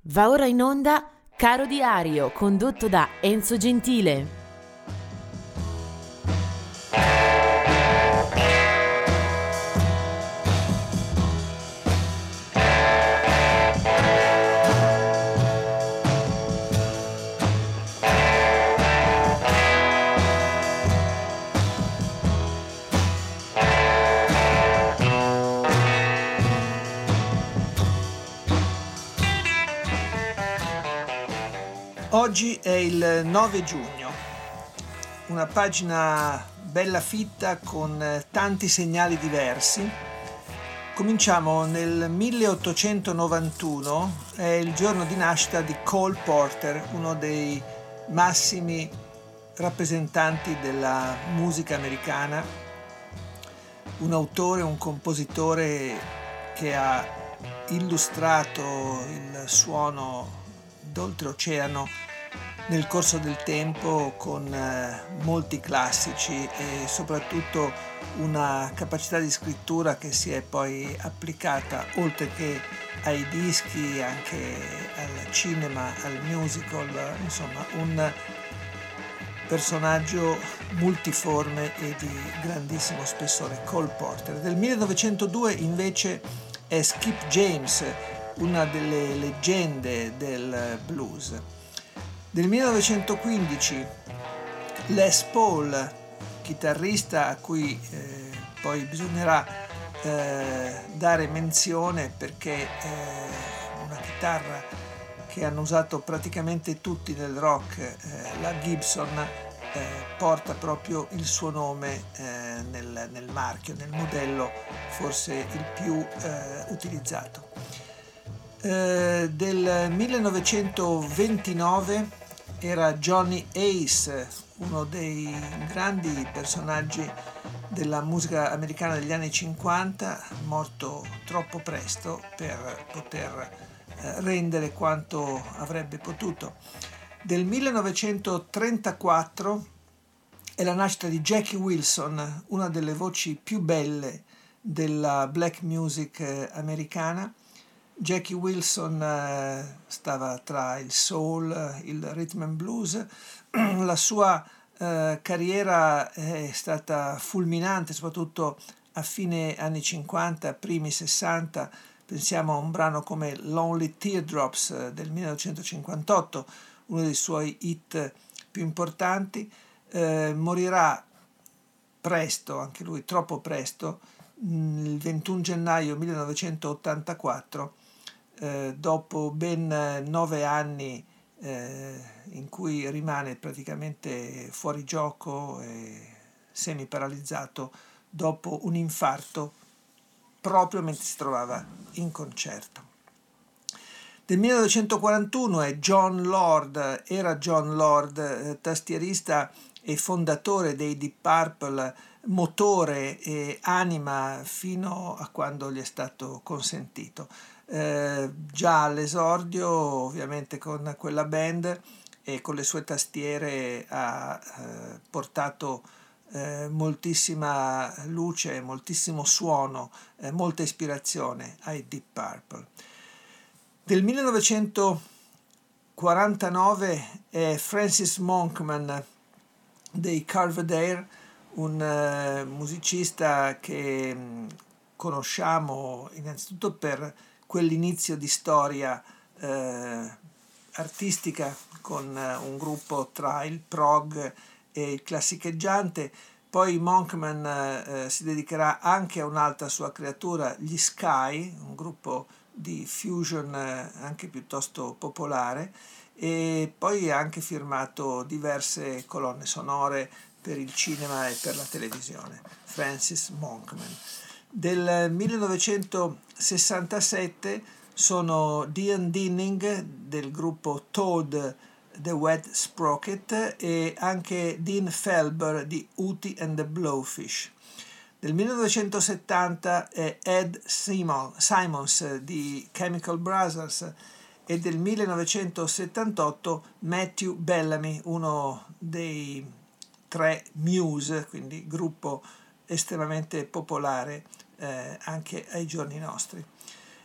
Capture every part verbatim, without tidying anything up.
Va ora in onda Caro Diario, condotto da Enzo Gentile. Oggi è il nove giugno, una pagina bella fitta con tanti segnali diversi. Cominciamo nel milleottocentonovantuno, è il giorno di nascita di Cole Porter, uno dei massimi rappresentanti della musica americana, un autore, un compositore che ha illustrato il suono d'oltreoceano nel corso del tempo con eh, molti classici e soprattutto una capacità di scrittura che si è poi applicata oltre che ai dischi anche al cinema, al musical, insomma un personaggio multiforme e di grandissimo spessore. Cole Porter. Del millenovecentodue invece è Skip James, una delle leggende del blues. Del millenovecentoquindici Les Paul, chitarrista a cui eh, poi bisognerà eh, dare menzione perché è una chitarra che hanno usato praticamente tutti nel rock, eh, la Gibson eh, porta proprio il suo nome eh, nel, nel marchio, nel modello forse il più eh, utilizzato. Eh, del millenovecentoventinove era Johnny Ace, uno dei grandi personaggi della musica americana degli anni cinquanta, morto troppo presto per poter eh, rendere quanto avrebbe potuto. Del millenovecentotrentaquattro è la nascita di Jackie Wilson, una delle voci più belle della black music eh, americana. Jackie Wilson eh, stava tra il soul, il rhythm and blues. La sua eh, carriera è stata fulminante, soprattutto a fine anni cinquanta, primi sessanta. Pensiamo a un brano come Lonely Teardrops eh, del millenovecentocinquantotto, uno dei suoi hit più importanti. Eh, morirà presto, anche lui troppo presto, il ventuno gennaio millenovecentottantaquattro, eh, dopo ben nove anni eh, in cui rimane praticamente fuori gioco e semi-paralizzato dopo un infarto proprio mentre si trovava in concerto. Del millenovecentoquarantuno è Jon Lord, era Jon Lord, eh, tastierista e fondatore dei Deep Purple, motore e anima fino a quando gli è stato consentito. Eh, già all'esordio, ovviamente con quella band e con le sue tastiere ha eh, portato eh, moltissima luce, moltissimo suono, eh, molta ispirazione ai Deep Purple. Del millenovecentoquarantanove è Francis Monkman dei Carvedere, un uh, musicista che mh, conosciamo innanzitutto per quell'inizio di storia eh, artistica con uh, un gruppo tra il prog e il classicheggiante. Poi Monkman eh, si dedicherà anche a un'altra sua creatura, gli Sky, un gruppo di fusion eh, anche piuttosto popolare, e poi ha anche firmato diverse colonne sonore per il cinema e per la televisione. Francis Monkman. Del millenovecentosessantasette sono Dean Dinning del gruppo Toad The Wet Sprocket e anche Dean Felber di Hootie and the Blowfish. Del millenovecentosettanta è Ed Simon, Simons di Chemical Brothers e del millenovecentosettantotto Matthew Bellamy, uno dei tre Muse, quindi gruppo estremamente popolare eh, anche ai giorni nostri.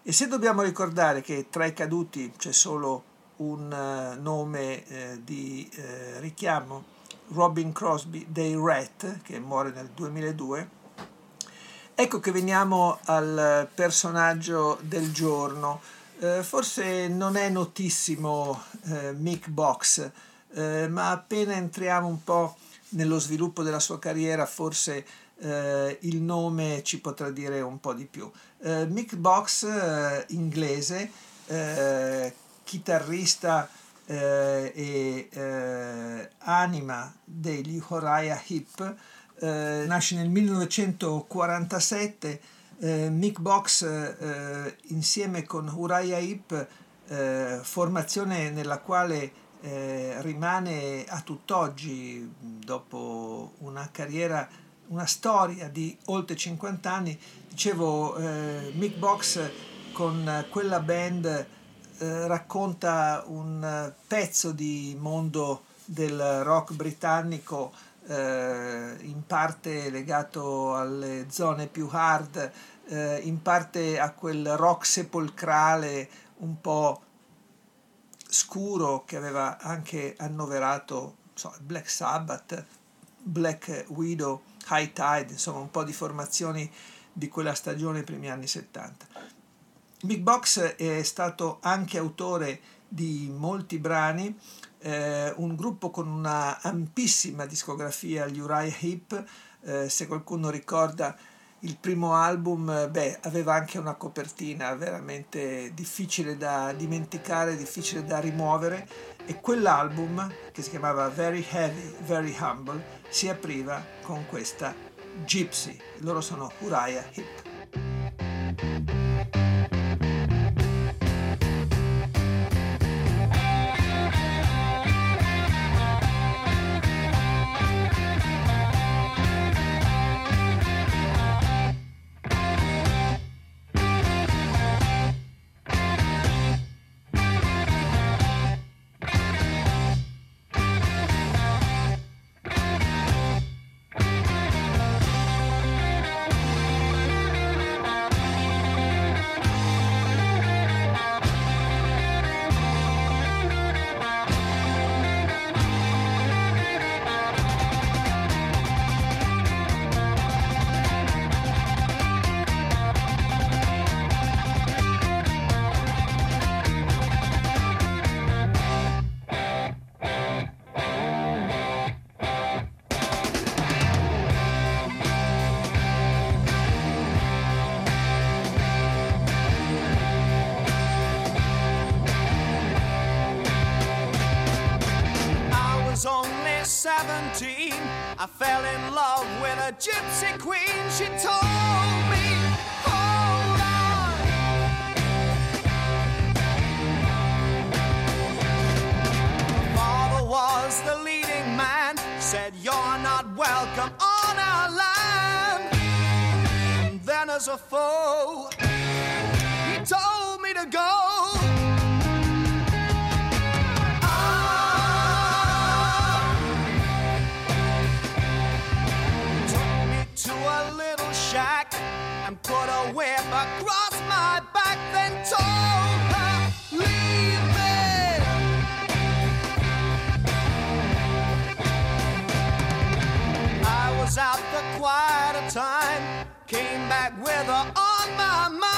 E se dobbiamo ricordare che tra i caduti c'è solo un uh, nome eh, di eh, richiamo, Robin Crosby dei Rat, che muore nel duemiladue, ecco che veniamo al personaggio del giorno. Eh, forse non è notissimo eh, Mick Box, eh, ma appena entriamo un po' nello sviluppo della sua carriera forse eh, il nome ci potrà dire un po' di più. Eh, Mick Box, eh, inglese, eh, chitarrista eh, e eh, anima degli Uriah Heep, eh, nasce nel millenovecentoquarantasette. eh, Mick Box eh, insieme con Uriah Heep, eh, formazione nella quale eh, rimane a tutt'oggi, dopo una carriera, una storia di oltre cinquanta anni. Dicevo, eh, Mick Box con quella band eh, racconta un pezzo di mondo del rock britannico, eh, in parte legato alle zone più hard, eh, in parte a quel rock sepolcrale un po' scuro che aveva anche annoverato so, Black Sabbath, Black Widow, High Tide, insomma un po' di formazioni di quella stagione primi anni settanta. Mick Box è stato anche autore di molti brani, eh, un gruppo con una ampissima discografia, gli Uriah Heep. Eh, se qualcuno ricorda il primo album, beh, aveva anche una copertina veramente difficile da dimenticare, difficile da rimuovere, e quell'album, che si chiamava Very Heavy, Very Humble, si apriva con questa Gypsy. Loro sono Uriah Heep. seventeen, I fell in love with a gypsy queen. She told me, hold on. Father was the leading man, said you're not welcome on our land. And then as a foe, he told me to go. And put a whip across my back, then told her, leave me. I was out for quite a time, came back with her on my mind.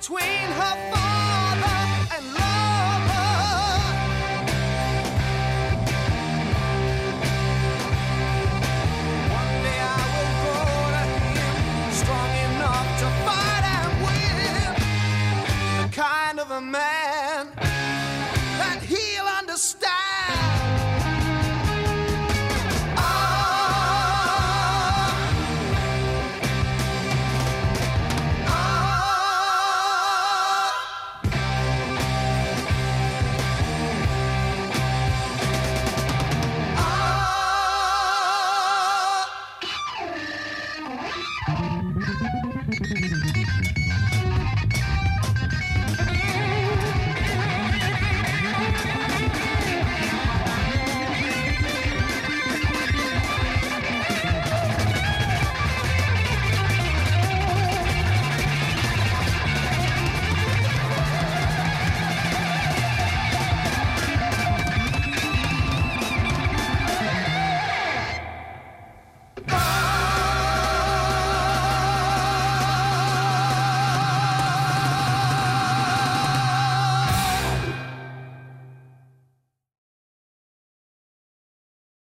between her father and lover. One day I will go to him, strong enough to fight and win, the kind of a man